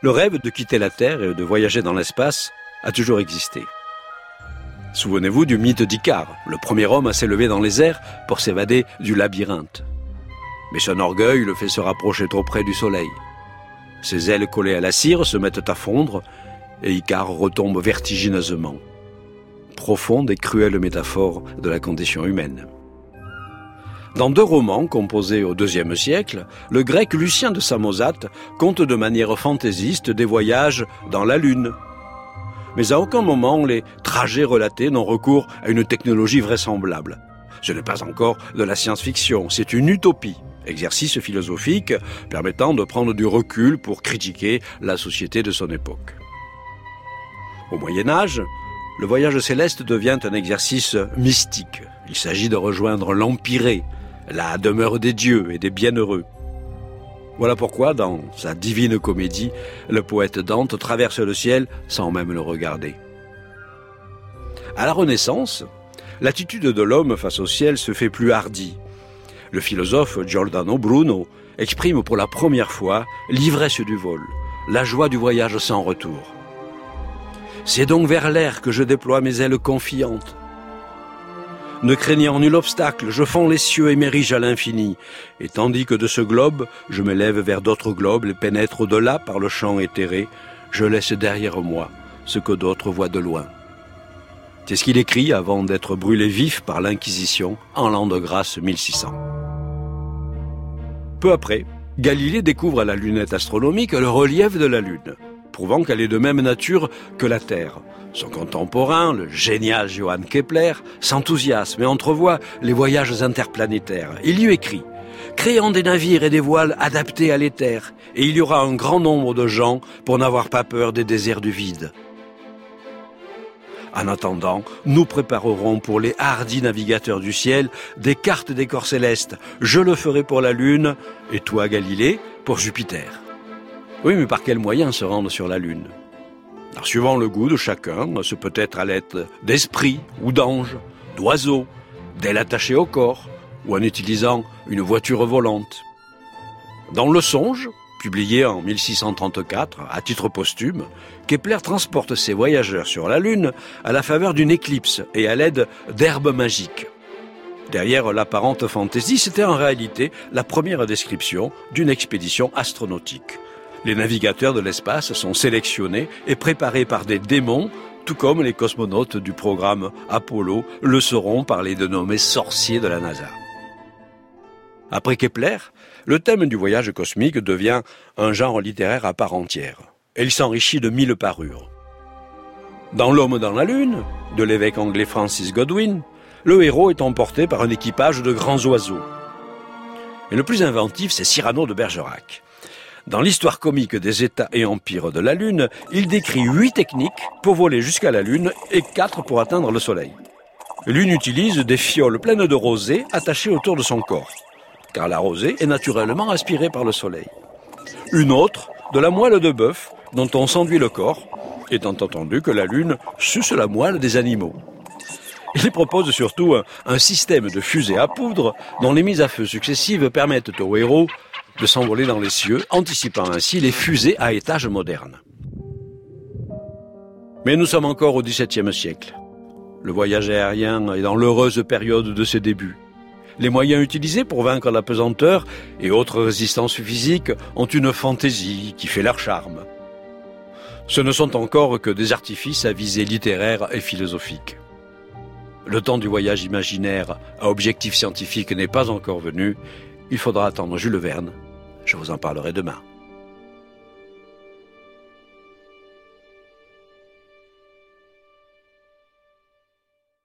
Le rêve de quitter la Terre et de voyager dans l'espace a toujours existé. Souvenez-vous du mythe d'Icare, le premier homme à s'élever dans les airs pour s'évader du labyrinthe. Mais son orgueil le fait se rapprocher trop près du soleil. Ses ailes collées à la cire se mettent à fondre et Icare retombe vertigineusement. Profonde et cruelle métaphore de la condition humaine. Dans 2 romans composés au IIe siècle, le grec Lucien de Samosate conte de manière fantaisiste des voyages dans la Lune. Mais à aucun moment les trajets relatés n'ont recours à une technologie vraisemblable. Ce n'est pas encore de la science-fiction, c'est une utopie, exercice philosophique permettant de prendre du recul pour critiquer la société de son époque. Au Moyen-Âge, le voyage céleste devient un exercice mystique. Il s'agit de rejoindre l'Empyrée, la demeure des dieux et des bienheureux. Voilà pourquoi, dans sa Divine Comédie, le poète Dante traverse le ciel sans même le regarder. À la Renaissance, l'attitude de l'homme face au ciel se fait plus hardie. Le philosophe Giordano Bruno exprime pour la première fois l'ivresse du vol, la joie du voyage sans retour. C'est donc vers l'air que je déploie mes ailes confiantes. Ne craignant nul obstacle, je fonds les cieux et m'érige à l'infini. Et tandis que de ce globe, je m'élève vers d'autres globes et pénètre au-delà par le champ éthéré, je laisse derrière moi ce que d'autres voient de loin. C'est ce qu'il écrit avant d'être brûlé vif par l'Inquisition en l'an de grâce 1600. Peu après, Galilée découvre à la lunette astronomique le relief de la Lune, prouvant qu'elle est de même nature que la Terre. Son contemporain, le génial Johann Kepler, s'enthousiasme et entrevoit les voyages interplanétaires. Il lui écrit « Créons des navires et des voiles adaptés à l'éther, et il y aura un grand nombre de gens pour n'avoir pas peur des déserts du vide. » En attendant, nous préparerons pour les hardis navigateurs du ciel des cartes des corps célestes. Je le ferai pour la Lune, et toi, Galilée, pour Jupiter. Oui, mais par quels moyens se rendre sur la Lune ? Alors, suivant le goût de chacun, ce peut être à l'aide d'esprits ou d'anges, d'oiseaux, d'ailes attachées au corps, ou en utilisant une voiture volante. Dans Le Songe, publié en 1634, à titre posthume, Kepler transporte ses voyageurs sur la Lune à la faveur d'une éclipse et à l'aide d'herbes magiques. Derrière l'apparente fantaisie, c'était en réalité la première description d'une expédition astronautique. Les navigateurs de l'espace sont sélectionnés et préparés par des démons, tout comme les cosmonautes du programme Apollo le seront par les dénommés sorciers de la NASA. Après Kepler, le thème du voyage cosmique devient un genre littéraire à part entière. Et il s'enrichit de 1000 parures. Dans L'Homme dans la Lune, de l'évêque anglais Francis Godwin, le héros est emporté par un équipage de grands oiseaux. Et le plus inventif, c'est Cyrano de Bergerac. Dans l'histoire comique des États et empires de la Lune, il décrit 8 techniques pour voler jusqu'à la Lune et 4 pour atteindre le Soleil. L'une utilise des fioles pleines de rosée attachées autour de son corps, car la rosée est naturellement aspirée par le Soleil. Une autre, de la moelle de bœuf, dont on s'enduit le corps, étant entendu que la Lune suce la moelle des animaux. Il propose surtout un système de fusées à poudre dont les mises à feu successives permettent aux héros de s'envoler dans les cieux, anticipant ainsi les fusées à étage modernes. Mais nous sommes encore au XVIIe siècle. Le voyage aérien est dans l'heureuse période de ses débuts. Les moyens utilisés pour vaincre la pesanteur et autres résistances physiques ont une fantaisie qui fait leur charme. Ce ne sont encore que des artifices à visée littéraire et philosophique. Le temps du voyage imaginaire à objectif scientifique n'est pas encore venu. Il faudra attendre Jules Verne. Je vous en parlerai demain.